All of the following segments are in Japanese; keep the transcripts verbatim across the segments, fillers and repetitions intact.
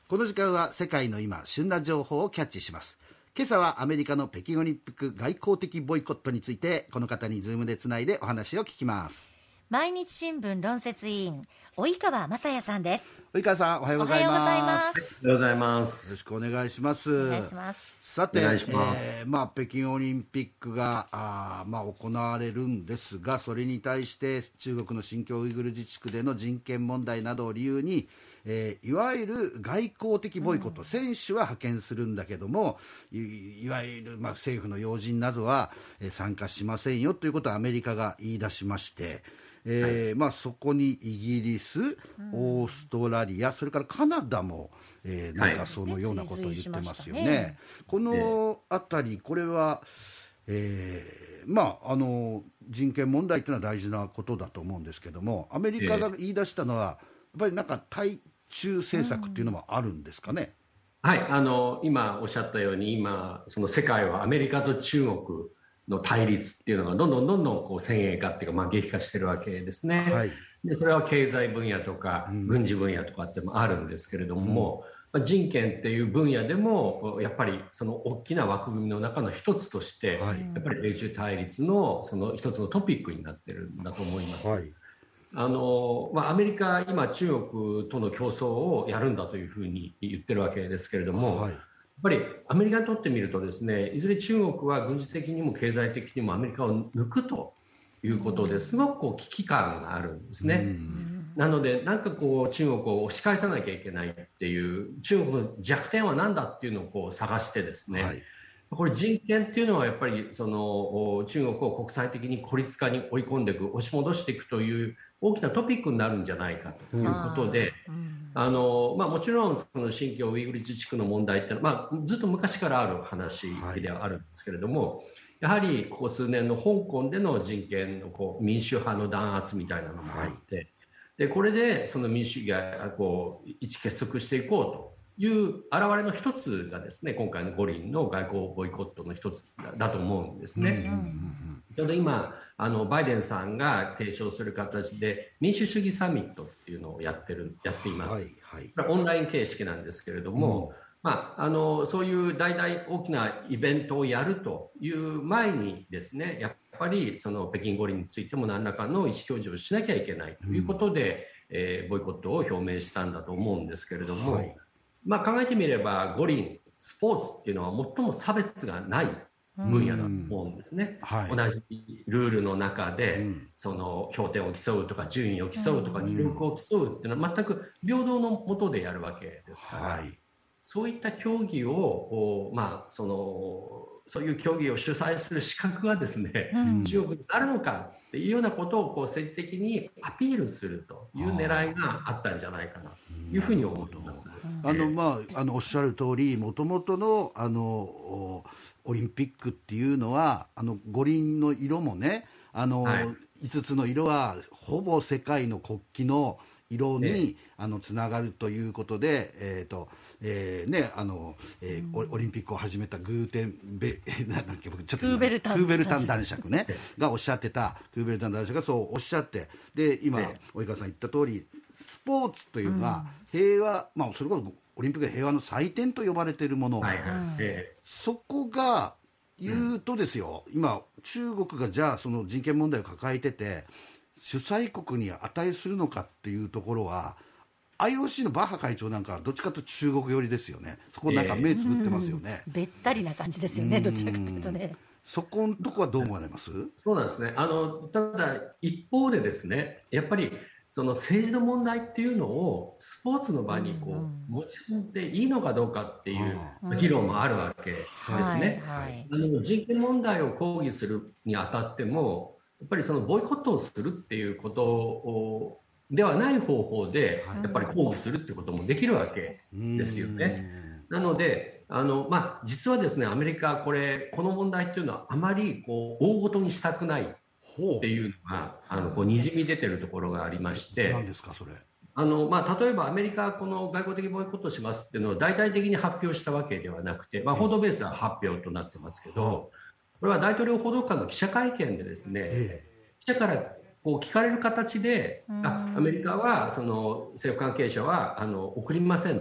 この時間は世界の今旬な情報をキャッチします。今朝はアメリカの北京オリンピック外交的ボイコットについてこの方にズームでつないでお話を聞きます。 毎日新聞論説委員及川雅也さんです。 及川さん、おはようございます。 おはようございます。 よろしくお願いします。 お願いします。 さて、 お願いします。 えーまあ、北京オリンピックがあ、まあ、行われるんですが、それに対して中国の新疆ウイグル自治区での人権問題などを理由に、えー、いわゆる外交的ボイコット、うん、選手は派遣するんだけども い, いわゆる、まあ、政府の要人などは、えー、参加しませんよということをアメリカが言い出しまして、えーはいまあ、そこにイギリス、オーストラリア、それからカナダも、えー、なんかそのようなことを言ってますよね。はいねこのあたり、これは、えーまあ、あの人権問題というのは大事なことだと思うんですけども、アメリカが言い出したのは、やっぱりなんか対中政策っていうのもあるんですかね。 はい、あの今おっしゃったように、今その世界はアメリカと中国の対立っていうのがどんどんどんどんこう先鋭化っていうか、まあ、激化してるわけですね。はい、でそれは経済分野とか軍事分野とかってもあるんですけれども、うん、人権っていう分野でもやっぱりその大きな枠組みの中の一つとして、はい、やっぱり米中対立のその一つのトピックになってるんだと思います。はいあのまあ、アメリカ今中国との競争をやるんだというふうに言ってるわけですけれども、はい、やっぱりアメリカにとってみるとですね、いずれ中国は軍事的にも経済的にもアメリカを抜くということですごくこう危機感があるんですね。うんなのでなんかこう中国を押し返さなきゃいけないっていう中国の弱点は何だっていうのをこう探してですね、はいこれ人権っていうのはやっぱりその中国を国際的に孤立化に追い込んでいく、押し戻していくという大きなトピックになるんじゃないかということで、うんあのまあ、もちろんその新疆ウイグル自治区の問題っていうのは、まあ、ずっと昔からある話ではあるんですけれども、はい、やはりここ数年の香港での人権のこう民主派の弾圧みたいなのもあって、はい、でこれでその民主主義がこう一致結束していこうという現れの一つがですね、今回の五輪の外交ボイコットの一つだと思うんですね。ちょうど今あのバイデンさんが提唱する形で民主主義サミットっていうのをやってるやっています。はいはい、オンライン形式なんですけれども、うんまあ、あのそういう大々大きなイベントをやるという前にですね、やっぱりその北京五輪についても何らかの意思表示をしなきゃいけないということで、うんえー、ボイコットを表明したんだと思うんですけれども、はいまあ、考えてみれば五輪スポーツっていうのは最も差別がない分野だと思うんですね、うんはい、同じルールの中で、うん、その評点を競うとか順位を競うとか記録を競うっていうのは全く平等の下でやるわけですから、はい、そういった競技を、まあ、そのそういう競技を主催する資格がですね、うん、中国にあるのかっていうようなことをこう政治的にアピールするという狙いがあったんじゃないかなというふうに思います。 あの、まあ、あのおっしゃる通り、もともとのあのオリンピックっていうのはあの五輪の色もね、あの、はい、いつつの色はほぼ世界の国旗の色に、えあのつながるということで、えーとえーねあのえー、オリンピックを始めたグーテンベなんだっけ僕ちょっとクーベルタンクーベルタン男爵ねがおっしゃってたクーベルタン男爵がそうおっしゃって、で今及川さん言った通りスポーツというのは平和、うんまあ、それこそオリンピックは平和の祭典と呼ばれているもの、はいはいえー、そこが言うとですよ、うん、今中国がじゃあその人権問題を抱えてて主催国に値するのかっていうところは アイオーシー のバッハ会長なんかはどっちかというと中国寄りですよね。そこなんか目つぶってますよね、 えー、べったりな感じですよね、どちらかというとね。 そこのとこはどう思われます？ そうなんですね。あのただ一方でですね、やっぱりその政治の問題っていうのをスポーツの場にこう持ち込んでいいのかどうかっていう議論もあるわけですね。あの人権問題を抗議するにあたってもやっぱりそのボイコットをするっていうことをではない方法でやっぱり抗議するっていうこともできるわけですよね。なのであの、まあ、実はですねアメリカはこれこの問題っていうのはあまりこう大ごとにしたくないっていうのがあのこうにじみ出てるところがありまして、 何ですかそれ。 あのまあ、例えばアメリカはこの外交的ボイコットしますっていうのを大々的に発表したわけではなくて、まあ、報道ベースは発表となってますけど、これは大統領報道官の記者会見でですね、ええ、記者からこう聞かれる形で、あアメリカはその政府関係者はあの送りませんと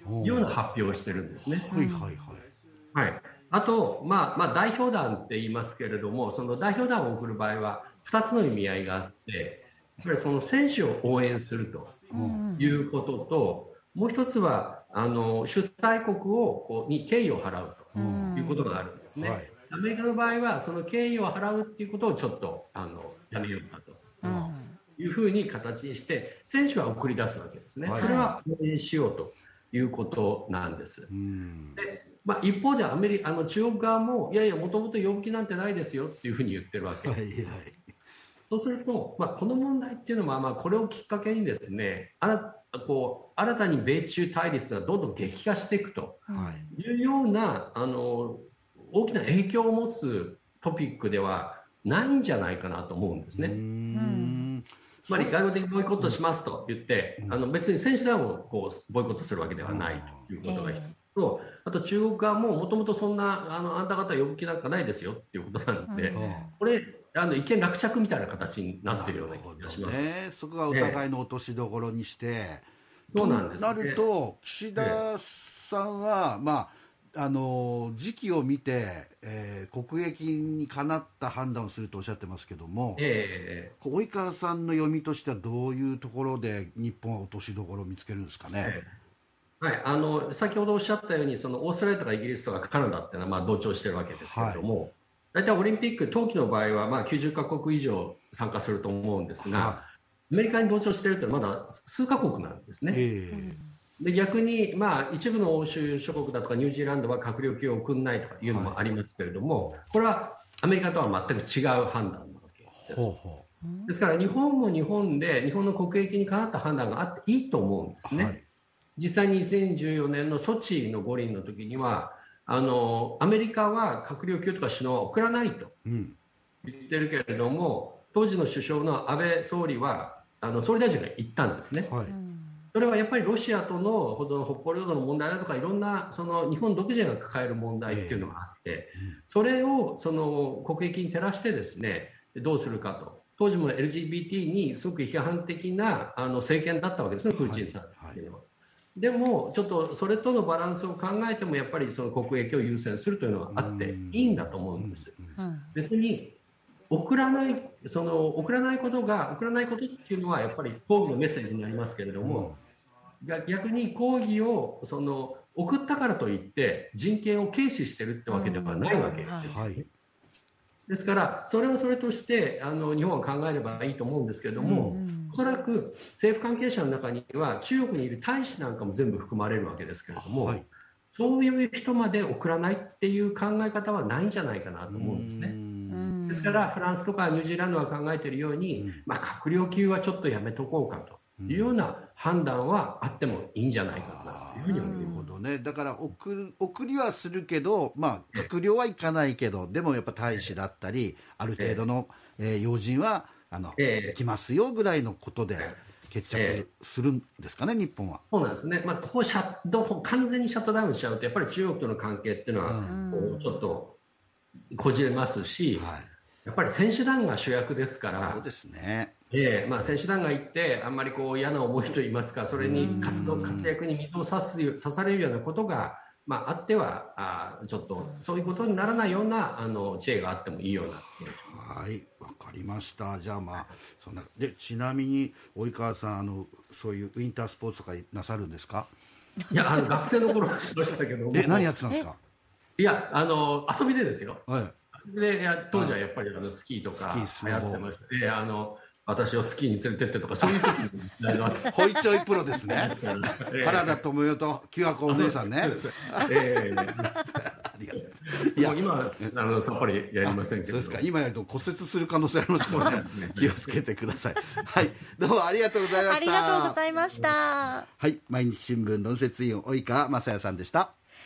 いうような発表をしてるんですね。 はいはいはい。 はい、あと、まあまあ、代表団って言いますけれども、その代表団を送る場合はふたつの意味合いがあって、やっぱりその選手を応援するということと、もう一つはあの主催国をこうに敬意を払うということがあるんですね。はい、アメリカの場合はその敬意を払うっていうことをちょっとあのやめようかというふうに形にして選手は送り出すわけですね。はい、それは応援しようということなんです。で、まあ、一方でアメリカあの中国側もいやいやもともと呼ぶ気なんてないですよっていうふうに言ってるわけです。はいはい、そうすると、まあ、この問題っていうのは、まあ、これをきっかけにですね、あらこう新たに米中対立がどんどん激化していくというような、あの大きな影響を持つトピックではないんじゃないかなと思うんですね。うんつまり外交的ボイコットしますと言って、うん、あの別に選手団をこうボイコットするわけではないということが一つと、あと中国側ももともとそんなあのあんた方呼ぶ気なんかないですよっていうことなので、うん、これあの一見落着みたいな形になっているような気がします。 ね、そこがお互いの落としどころにして、えー、そうなんですね。 なると岸田さんは、えー、まああの時期を見て、えー、国益にかなった判断をするとおっしゃってますけども、えー、及川さんの読みとしてはどういうところで日本は落としどころを見つけるんですかね。 えーはい、あの先ほどおっしゃったようにそのオーストラリアとかイギリスとかカナダっていうのはまあ同調してるわけですけれども、はい、大体オリンピック冬季の場合はまあきゅうじゅっかこく以上参加すると思うんですが、はい、アメリカに同調しているというのはまだ数カ国なんですね。えーで逆に、まあ、一部の欧州諸国だとかニュージーランドは閣僚級を送らないとかいうのもありますけれども、はい、これはアメリカとは全く違う判断なわけです。ほうほうですから日本も日本で日本の国益にかなった判断があっていいと思うんですね。はい、実際ににせんじゅうよねんのソチの五輪の時にはあのアメリカは閣僚級とか首脳は送らないと言ってるけれども、うん、当時の首相の安倍総理はあの総理大臣が言ったんですね。はい、それはやっぱりロシアとのほど北方領土の問題だとかいろんなその日本独自が抱える問題っていうのがあって、それをその国益に照らしてですねどうするかと。当時も エルジービーティー にすごく批判的なあの政権だったわけですね、プーチンさんっていうのは。でもちょっとそれとのバランスを考えてもやっぱりその国益を優先するというのはあっていいんだと思うんです。別に送らないその送らないことが送らないことっていうのはやっぱり抗議のメッセージになりますけれども、逆に抗議をその送ったからといって人権を軽視してるってわけではないわけです、はい、ですからそれはそれとしてあの日本は考えればいいと思うんですけれども、うん、おそらく政府関係者の中には中国にいる大使なんかも全部含まれるわけですけれども、はい、そういう人まで送らないっていう考え方はないんじゃないかなと思うんですね。ですからフランスとかニュージーランドが考えているように、うん、まあ、閣僚級はちょっとやめとこうかというような判断はあってもいいんじゃないかなというふうに思います。 なるほどね。だから送る、送りはするけど、まあ、閣僚はいかないけど、でもやっぱ大使だったりある程度の、えー、要人はあの、えー、行きますよぐらいのことで決着するんですかね、えー、日本は。 そうなんですね。まあ、こうシャット完全にシャットダウンしちゃうとやっぱり中国との関係っていうのは、うん、こうちょっとこじれますし、はい、やっぱり選手団が主役ですから。 そうですね。 えーまあ、選手団が行ってあんまりこう嫌な思いといいますか、それに活動活躍に水を差す刺されるようなことが、まあ、あってはあちょっとそういうことにならないようなあの知恵があってもいいような気がします。 はい、わかりました。じゃあまあそんなでちなみに及川さんあのそういうウインタースポーツとかなさるんですか？ いやあの学生の頃はしましたけども。 え何やってたんですか？ いやあの遊びでですよ。 はい、 でいや当時はやっぱりあのスキーとか流行ってました。であの私をスキーに連れてってとかそういう時に時代があってホイチョイプロですね。原田知世と木和子お姉さんね。 ええありがとう。いや今はあのさっぱりやりませんけど。 そうですか。今やると骨折する可能性ありますからね。気をつけてください。はい。どうもありがとうございました。 ありがとうございました。 はい。毎日新聞論説委員及川雅也さんでした。